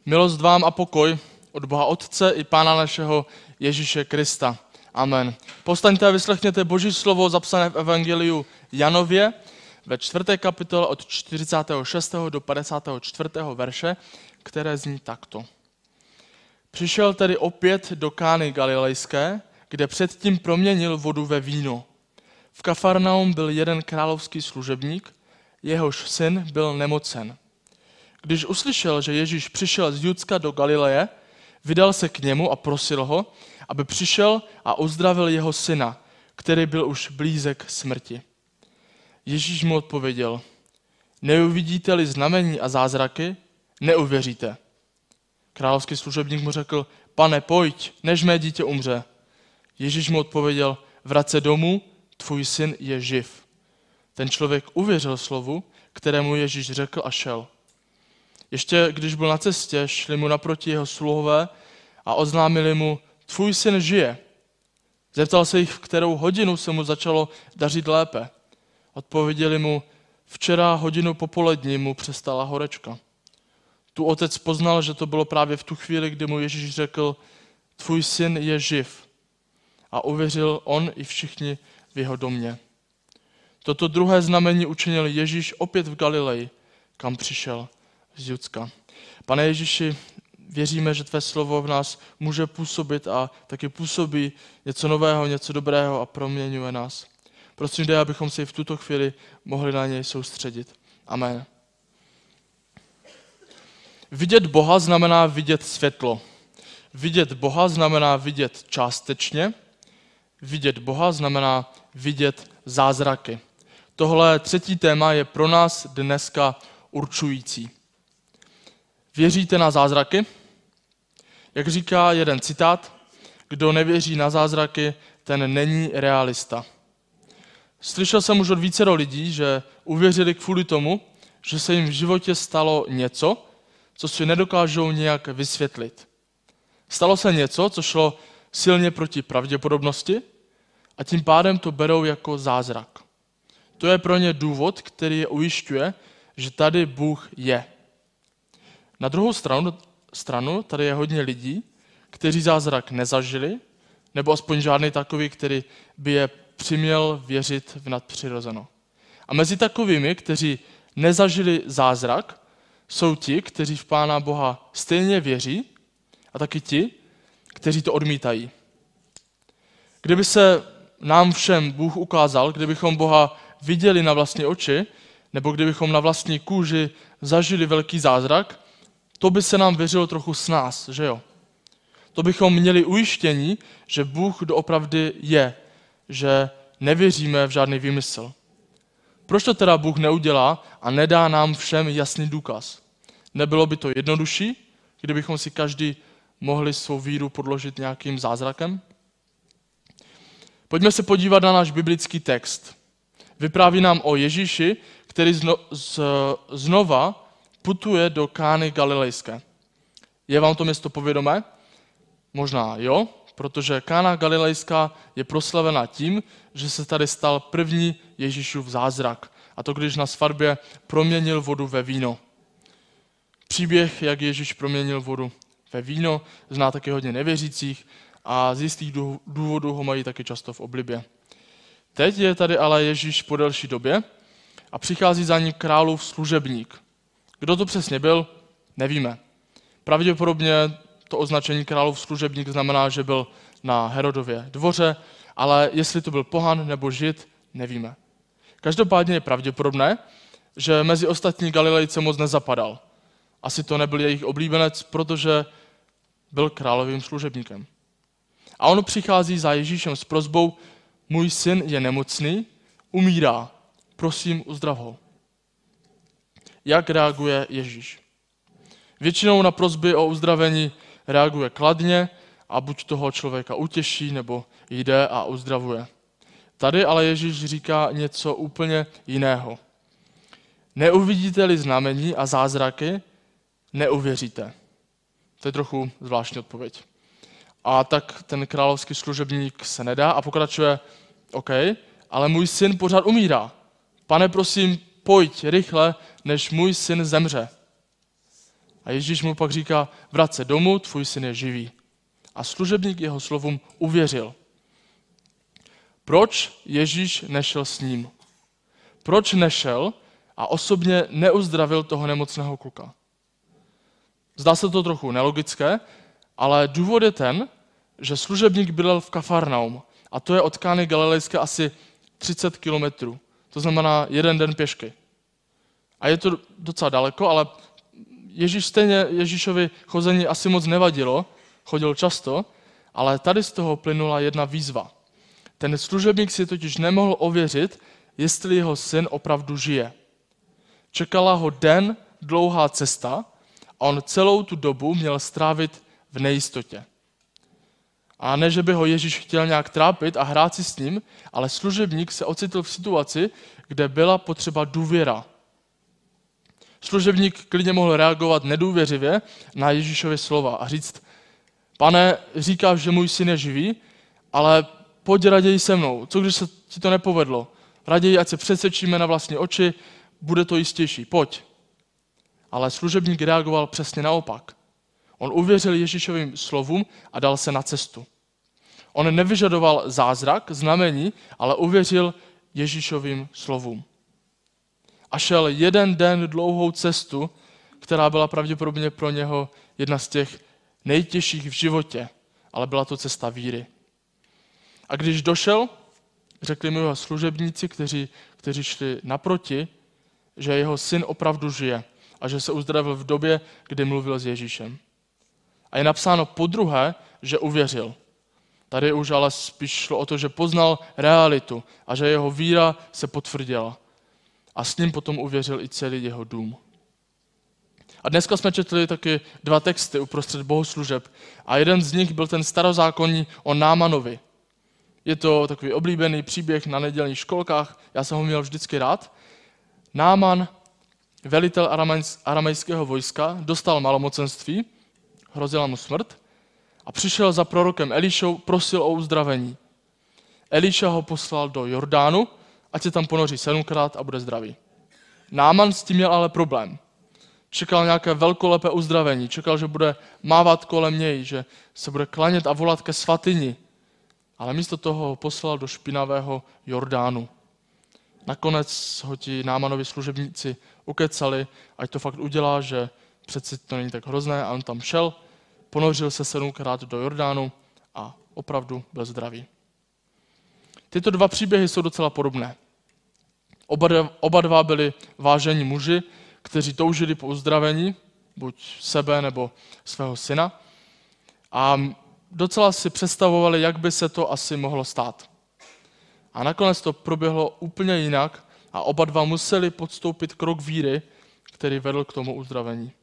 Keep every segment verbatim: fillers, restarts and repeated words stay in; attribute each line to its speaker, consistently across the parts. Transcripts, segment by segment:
Speaker 1: Milost vám a pokoj od Boha Otce i Pána našeho Ježíše Krista. Amen. Povstaňte a vyslechněte Boží slovo zapsané v Evangeliu Janově ve čtvrté kapitole od čtyřicátého šestého do padesátého čtvrtého verše, které zní takto. Přišel tedy opět do Kány Galilejské, kde předtím proměnil vodu ve víno. V Kafarnaum byl jeden královský služebník, jehož syn byl nemocen. Když uslyšel, že Ježíš přišel z Judska do Galileje, vydal se k němu a prosil ho, aby přišel a uzdravil jeho syna, který byl už blízek smrti. Ježíš mu odpověděl, neuvidíte-li znamení a zázraky, neuvěříte. Královský služebník mu řekl, pane, pojď, než mé dítě umře. Ježíš mu odpověděl, vrať se domů, tvůj syn je živ. Ten člověk uvěřil slovu, kterému Ježíš řekl a šel. Ještě když byl na cestě, šli mu naproti jeho sluhové a oznámili mu, tvůj syn žije. Zeptal se jich, v kterou hodinu se mu začalo dařit lépe. Odpověděli mu, včera hodinu popolední mu přestala horečka. Tu otec poznal, že to bylo právě v tu chvíli, kdy mu Ježíš řekl, tvůj syn je živ. A uvěřil on i všichni v jeho domě. Toto druhé znamení učinil Ježíš opět v Galileji, kam přišel z Judska. Pane Ježíši, věříme, že tvé slovo v nás může působit a taky působí něco nového, něco dobrého a proměňuje nás. Prosím, dej, abychom se i v tuto chvíli mohli na něj soustředit. Amen. Vidět Boha znamená vidět světlo. Vidět Boha znamená vidět částečně. Vidět Boha znamená vidět zázraky. Tohle třetí téma je pro nás dneska určující. Věříte na zázraky? Jak říká jeden citát, kdo nevěří na zázraky, ten není realista. Slyšel jsem už od vícero lidí, že uvěřili kvůli tomu, že se jim v životě stalo něco, co si nedokážou nějak vysvětlit. Stalo se něco, co šlo silně proti pravděpodobnosti a tím pádem to berou jako zázrak. To je pro ně důvod, který je ujišťuje, že tady Bůh je. Na druhou stranu, stranu tady je hodně lidí, kteří zázrak nezažili, nebo aspoň žádný takový, který by je přiměl věřit v nadpřirozeno. A mezi takovými, kteří nezažili zázrak, jsou ti, kteří v Pána Boha stejně věří a taky ti, kteří to odmítají. Kdyby se nám všem Bůh ukázal, kdybychom Boha viděli na vlastní oči, nebo kdybychom na vlastní kůži zažili velký zázrak, to by se nám věřilo trochu s nás, že jo? To bychom měli ujištění, že Bůh doopravdy je, že nevěříme v žádný výmysl. Proč to teda Bůh neudělá a nedá nám všem jasný důkaz? Nebylo by to jednodušší, kdybychom si každý mohli svou víru podložit nějakým zázrakem? Pojďme se podívat na náš biblický text. Vypráví nám o Ježíši, který zno, z, znova putuje do Kány Galilejské. Je vám to město povědomé? Možná jo, protože Kána Galilejská je proslavena tím, že se tady stal první Ježíšův zázrak. A to když na svatbě proměnil vodu ve víno. Příběh, jak Ježíš proměnil vodu ve víno, zná taky hodně nevěřících a z jistých důvodů ho mají taky často v oblibě. Teď je tady ale Ježíš po delší době a přichází za ním králův služebník. Kdo to přesně byl, nevíme. Pravděpodobně to označení králův služebník znamená, že byl na Herodově dvoře, ale jestli to byl pohan nebo žid, nevíme. Každopádně je pravděpodobné, že mezi ostatní Galilejce moc nezapadal. Asi to nebyl jejich oblíbenec, protože byl královým služebníkem. A on přichází za Ježíšem s prosbou, můj syn je nemocný, umírá, prosím, uzdrav ho. Jak reaguje Ježíš? Většinou na prosby o uzdravení reaguje kladně a buď toho člověka utěší, nebo jde a uzdravuje. Tady ale Ježíš říká něco úplně jiného. Neuvidíte-li znamení a zázraky, neuvěříte. To je trochu zvláštní odpověď. A tak ten královský služebník se nedá a pokračuje, OK, ale můj syn pořád umírá. Pane, prosím, pojď rychle, než můj syn zemře. A Ježíš mu pak říká, vrať se domů, tvůj syn je živý. A služebník jeho slovům uvěřil. Proč Ježíš nešel s ním? Proč nešel a osobně neuzdravil toho nemocného kluka? Zdá se to trochu nelogické, ale důvod je ten, že služebník bydlel v Kafarnaum a to je od Kány Galilejské asi třicet kilometrů. To znamená jeden den pěšky. A je to docela daleko, ale Ježíš stejně Ježíšovi chození asi moc nevadilo, chodil často, ale tady z toho plynula jedna výzva. Ten služebník si totiž nemohl ověřit, jestli jeho syn opravdu žije. Čekala ho den dlouhá cesta a on celou tu dobu měl strávit v nejistotě. A ne, že by ho Ježíš chtěl nějak trápit a hrát si s ním, ale služebník se ocitl v situaci, kde byla potřeba důvěra. Služebník klidně mohl reagovat nedůvěřivě na Ježíšovy slova a říct, pane, říkáš, že můj syn je živý, ale pojď raději se mnou, co když se ti to nepovedlo? Raději, ať se přesvědčíme na vlastní oči, bude to jistější, pojď. Ale služebník reagoval přesně naopak. On uvěřil Ježíšovým slovům a dal se na cestu. On nevyžadoval zázrak, znamení, ale uvěřil Ježíšovým slovům. A šel jeden den dlouhou cestu, která byla pravděpodobně pro něho jedna z těch nejtěžších v životě, ale byla to cesta víry. A když došel, řekli mu jeho služebníci, kteří, kteří šli naproti, že jeho syn opravdu žije a že se uzdravil v době, kdy mluvil s Ježíšem. A je napsáno podruhé, že uvěřil. Tady už ale spíš šlo o to, že poznal realitu a že jeho víra se potvrdila. A s ním potom uvěřil i celý jeho dům. A dneska jsme četli taky dva texty uprostřed bohoslužeb a jeden z nich byl ten starozákonní o Námanovi. Je to takový oblíbený příběh na nedělních školkách, já jsem ho měl vždycky rád. Náman, velitel aramejského vojska, dostal malomocenství, hrozila mu smrt a přišel za prorokem Elišou, prosil o uzdravení. Eliša ho poslal do Jordánu, ať se tam ponoří sedmkrát a bude zdravý. Náman s tím měl ale problém. Čekal nějaké velkolepé uzdravení, čekal, že bude mávat kolem něj, že se bude klanět a volat ke svatyni. Ale místo toho ho poslal do špinavého Jordánu. Nakonec ho ti Námanovi služebníci ukecali, ať to fakt udělá, že přeci to není tak hrozné, a on tam šel, ponořil se sedmkrát do Jordánu a opravdu byl zdravý. Tyto dva příběhy jsou docela podobné. Oba, oba dva byli vážení muži, kteří toužili po uzdravení, buď sebe nebo svého syna. A docela si představovali, jak by se to asi mohlo stát. A nakonec to proběhlo úplně jinak a oba dva museli podstoupit krok víry, který vedl k tomu uzdravení.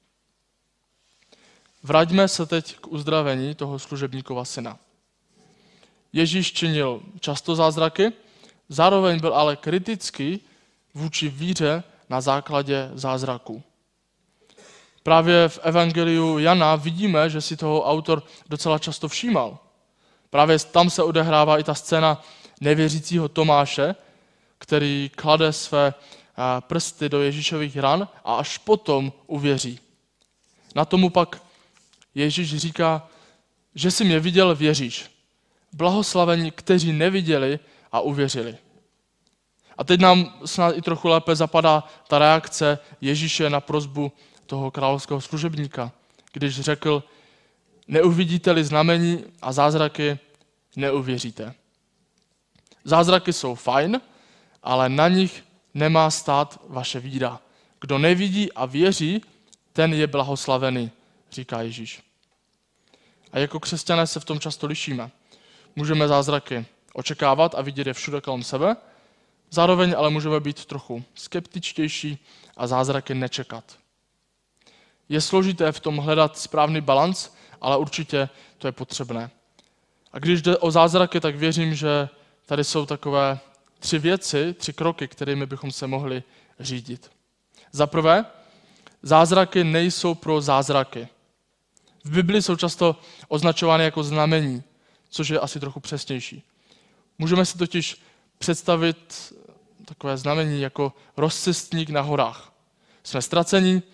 Speaker 1: Vraťme se teď k uzdravení toho služebníkova syna. Ježíš činil často zázraky, zároveň byl ale kritický vůči víře na základě zázraků. Právě v evangeliu Jana vidíme, že si toho autor docela často všímal. Právě tam se odehrává i ta scéna nevěřícího Tomáše, který klade své prsty do Ježíšových ran a až potom uvěří. Na tomu pak Ježíš říká, že si mě viděl, věříš. Blahoslavení, kteří neviděli a uvěřili. A teď nám snad i trochu lépe zapadá ta reakce Ježíše na prosbu toho královského služebníka, když řekl, neuvidíte-li znamení a zázraky, neuvěříte. Zázraky jsou fajn, ale na nich nemá stát vaše víra. Kdo nevidí a věří, ten je blahoslavený, říká Ježíš. A jako křesťané se v tom často lišíme. Můžeme zázraky očekávat a vidět je všude kolem sebe, zároveň ale můžeme být trochu skeptičtější a zázraky nečekat. Je složité v tom hledat správný balanc, ale určitě to je potřebné. A když jde o zázraky, tak věřím, že tady jsou takové tři věci, tři kroky, kterými bychom se mohli řídit. Za prvé, zázraky nejsou pro zázraky. V Bibli jsou často označovány jako znamení, což je asi trochu přesnější. Můžeme si totiž představit takové znamení jako rozcestník na horách. Jsme ztracení,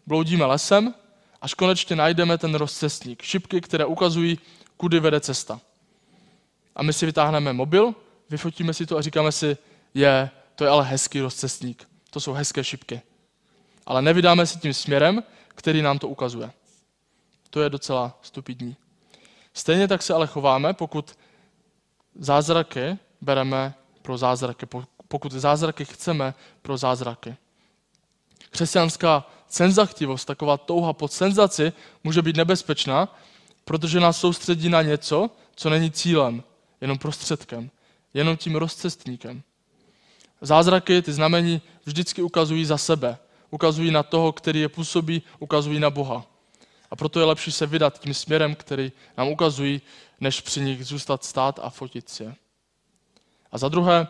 Speaker 1: bloudíme lesem, až konečně najdeme ten rozcestník, šipky, které ukazují, kudy vede cesta. A my si vytáhneme mobil, vyfotíme si to a říkáme si, je, to je ale hezký rozcestník, to jsou hezké šipky. Ale nevydáme si tím směrem, který nám to ukazuje. To je docela stupidní. Stejně tak se ale chováme, pokud zázraky bereme pro zázraky, pokud zázraky chceme pro zázraky. Křesťanská senzachtivost, taková touha po senzaci, může být nebezpečná, protože nás soustředí na něco, co není cílem, jenom prostředkem, jenom tím rozcestníkem. Zázraky, ty znamení vždycky ukazují za sebe, ukazují na toho, který je působí, ukazují na Boha. A proto je lepší se vydat tím směrem, který nám ukazují, než při nich zůstat stát a fotit si je. A za druhé,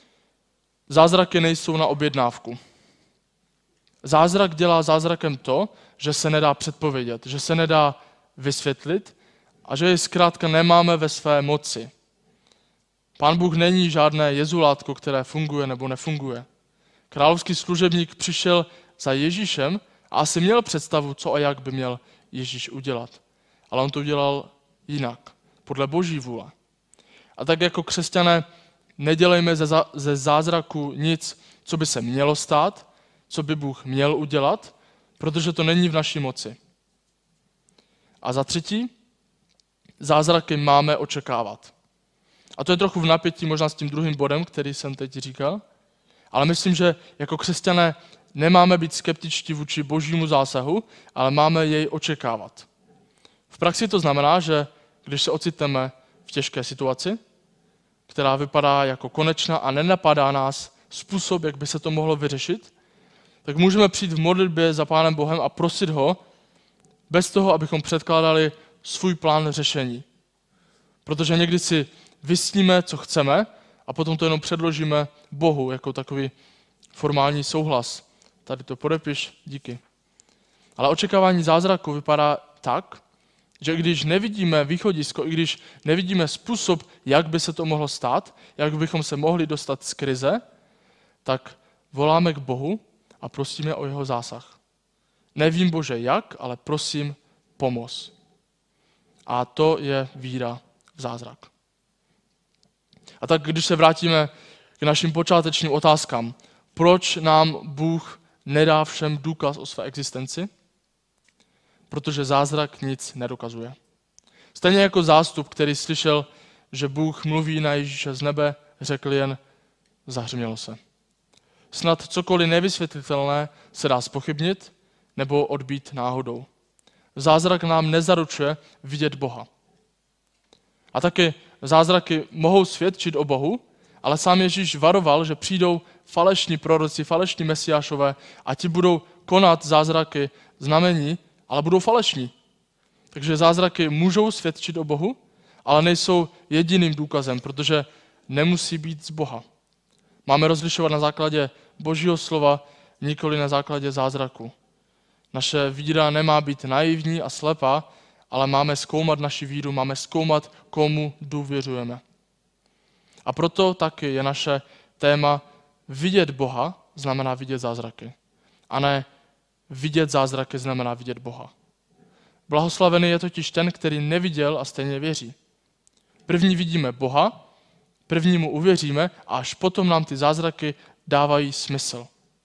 Speaker 1: zázraky nejsou na objednávku. Zázrak dělá zázrakem to, že se nedá předpovědět, že se nedá vysvětlit a že ji zkrátka nemáme ve své moci. Pán Bůh není žádné jezulátko, které funguje nebo nefunguje. Královský služebník přišel za Ježíšem a asi měl představu, co a jak by měl Ježíš udělat. Ale on to udělal jinak, podle Boží vůle. A tak jako křesťané nedělejme ze, za, ze zázraku nic, co by se mělo stát, co by Bůh měl udělat, protože to není v naší moci. A za třetí, zázraky máme očekávat. A to je trochu v napětí možná s tím druhým bodem, který jsem teď říkal, ale myslím, že jako křesťané nemáme být skeptičtí vůči Božímu zásahu, ale máme jej očekávat. V praxi to znamená, že když se ocitneme v těžké situaci, která vypadá jako konečná a nenapadá nás způsob, jak by se to mohlo vyřešit, tak můžeme přijít v modlitbě za Pánem Bohem a prosit ho, bez toho, abychom předkládali svůj plán řešení. Protože někdy si vysníme, co chceme, a potom to jenom předložíme Bohu jako takový formální souhlas. Tady to podepiš, díky. Ale očekávání zázraku vypadá tak, že když nevidíme východisko, i když nevidíme způsob, jak by se to mohlo stát, jak bychom se mohli dostat z krize, tak voláme k Bohu a prosíme o jeho zásah. Nevím, Bože, jak, ale prosím, pomoz. A to je víra v zázrak. A tak když se vrátíme k našim počátečním otázkám, proč nám Bůh nedá všem důkaz o své existenci? Protože zázrak nic nedokazuje. Stejně jako zástup, který slyšel, že Bůh mluví na Ježíše z nebe, řekl jen, zahřmělo se. Snad cokoliv nevysvětlitelné se dá zpochybnit nebo odbít náhodou. Zázrak nám nezaručuje vidět Boha. A taky zázraky mohou svědčit o Bohu, ale sám Ježíš varoval, že přijdou falešní proroci, falešní mesiášové a ti budou konat zázraky, znamení, ale budou falešní. Takže zázraky můžou svědčit o Bohu, ale nejsou jediným důkazem, protože nemusí být z Boha. Máme rozlišovat na základě Božího slova, nikoli na základě zázraku. Naše víra nemá být naivní a slepá, ale máme zkoumat naši víru, máme zkoumat, komu důvěřujeme. A proto taky je naše téma vidět Boha znamená vidět zázraky. A ne vidět zázraky znamená vidět Boha. Blahoslavený je totiž ten, který neviděl a stejně věří. První vidíme Boha, první mu uvěříme a až potom nám ty zázraky dávají smysl.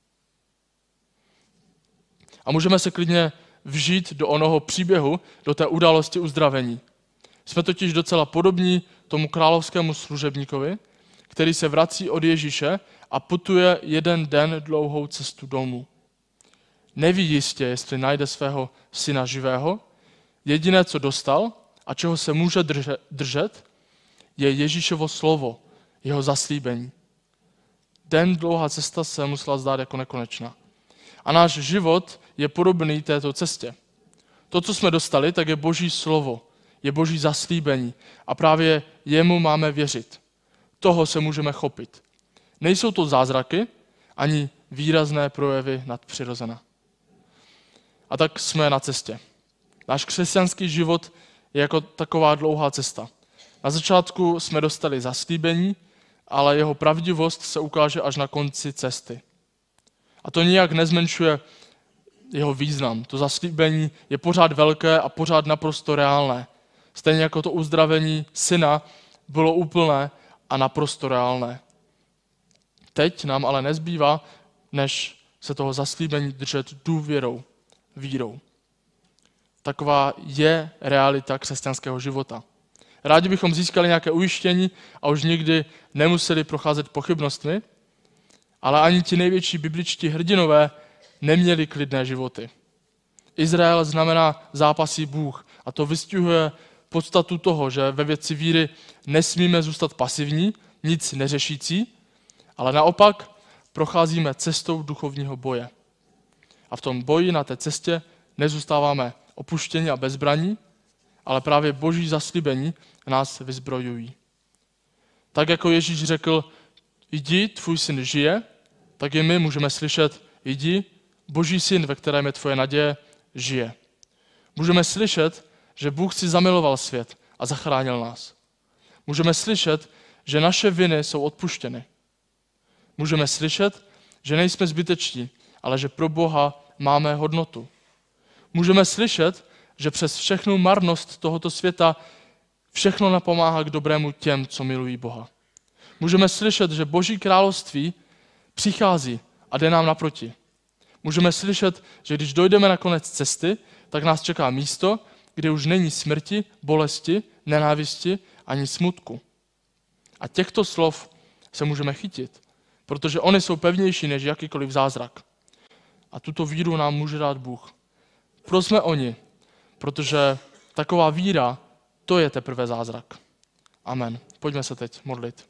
Speaker 1: A můžeme se klidně vžít do onoho příběhu, do té události uzdravení. Jsme totiž docela podobní tomu královskému služebníkovi, který se vrací od Ježíše a putuje jeden den dlouhou cestu domů. Neví jistě, jestli najde svého syna živého. Jediné, co dostal a čeho se může držet, je Ježíšovo slovo, jeho zaslíbení. Den dlouhá cesta se musela zdát jako nekonečná. A náš život je podobný této cestě. To, co jsme dostali, tak je Boží slovo, je Boží zaslíbení a právě jemu máme věřit. Toho se můžeme chopit. Nejsou to zázraky, ani výrazné projevy nadpřirozena. A tak jsme na cestě. Náš křesťanský život je jako taková dlouhá cesta. Na začátku jsme dostali zaslíbení, ale jeho pravdivost se ukáže až na konci cesty. A to nijak nezmenšuje jeho význam. To zaslíbení je pořád velké a pořád naprosto reálné. Stejně jako to uzdravení syna bylo úplné a naprosto reálné. Teď nám ale nezbývá, než se toho zaslíbení držet důvěrou, vírou. Taková je realita křesťanského života. Rádi bychom získali nějaké ujištění a už nikdy nemuseli procházet pochybnostmi, ale ani ti největší bibličtí hrdinové neměli klidné životy. Izrael znamená zápasí Bůh a to vystihuje podstatu toho, že ve věci víry nesmíme zůstat pasivní, nic neřešící, ale naopak procházíme cestou duchovního boje. A v tom boji na té cestě nezůstáváme opuštěni a bezbraní, ale právě boží zaslíbení nás vyzbrojují. Tak jako Ježíš řekl, jdi, tvůj syn žije, tak i my můžeme slyšet, jdi, boží syn, ve kterém je tvoje naděje, žije. Můžeme slyšet, že Bůh si zamiloval svět a zachránil nás. Můžeme slyšet, že naše viny jsou odpuštěny. Můžeme slyšet, že nejsme zbyteční, ale že pro Boha máme hodnotu. Můžeme slyšet, že přes všechnu marnost tohoto světa všechno napomáhá k dobrému těm, co milují Boha. Můžeme slyšet, že Boží království přichází a jde nám naproti. Můžeme slyšet, že když dojdeme na konec cesty, tak nás čeká místo, kde už není smrti, bolesti, nenávisti ani smutku. A těchto slov se můžeme chytit, protože oni jsou pevnější než jakýkoliv zázrak. A tuto víru nám může dát Bůh. Prosme o ni, protože taková víra, to je teprve zázrak. Amen. Pojďme se teď modlit.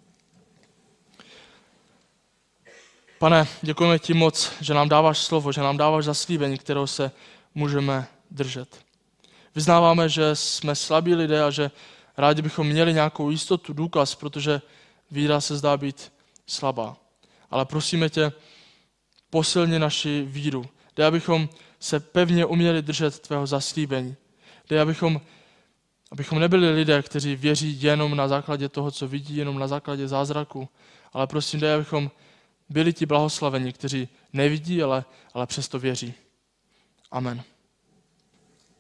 Speaker 1: Pane, děkujeme ti moc, že nám dáváš slovo, že nám dáváš zaslíbení, kterého se můžeme držet. Vyznáváme, že jsme slabí lidé a že rádi bychom měli nějakou jistotu, důkaz, protože víra se zdá být slabá. Ale prosíme tě, posilni naši víru. Dej, abychom se pevně uměli držet tvého zaslíbení. Dej, abychom, abychom nebyli lidé, kteří věří jenom na základě toho, co vidí, jenom na základě zázraku. Ale prosím, dej, abychom byli ti blahoslavení, kteří nevidí, ale, ale přesto věří. Amen.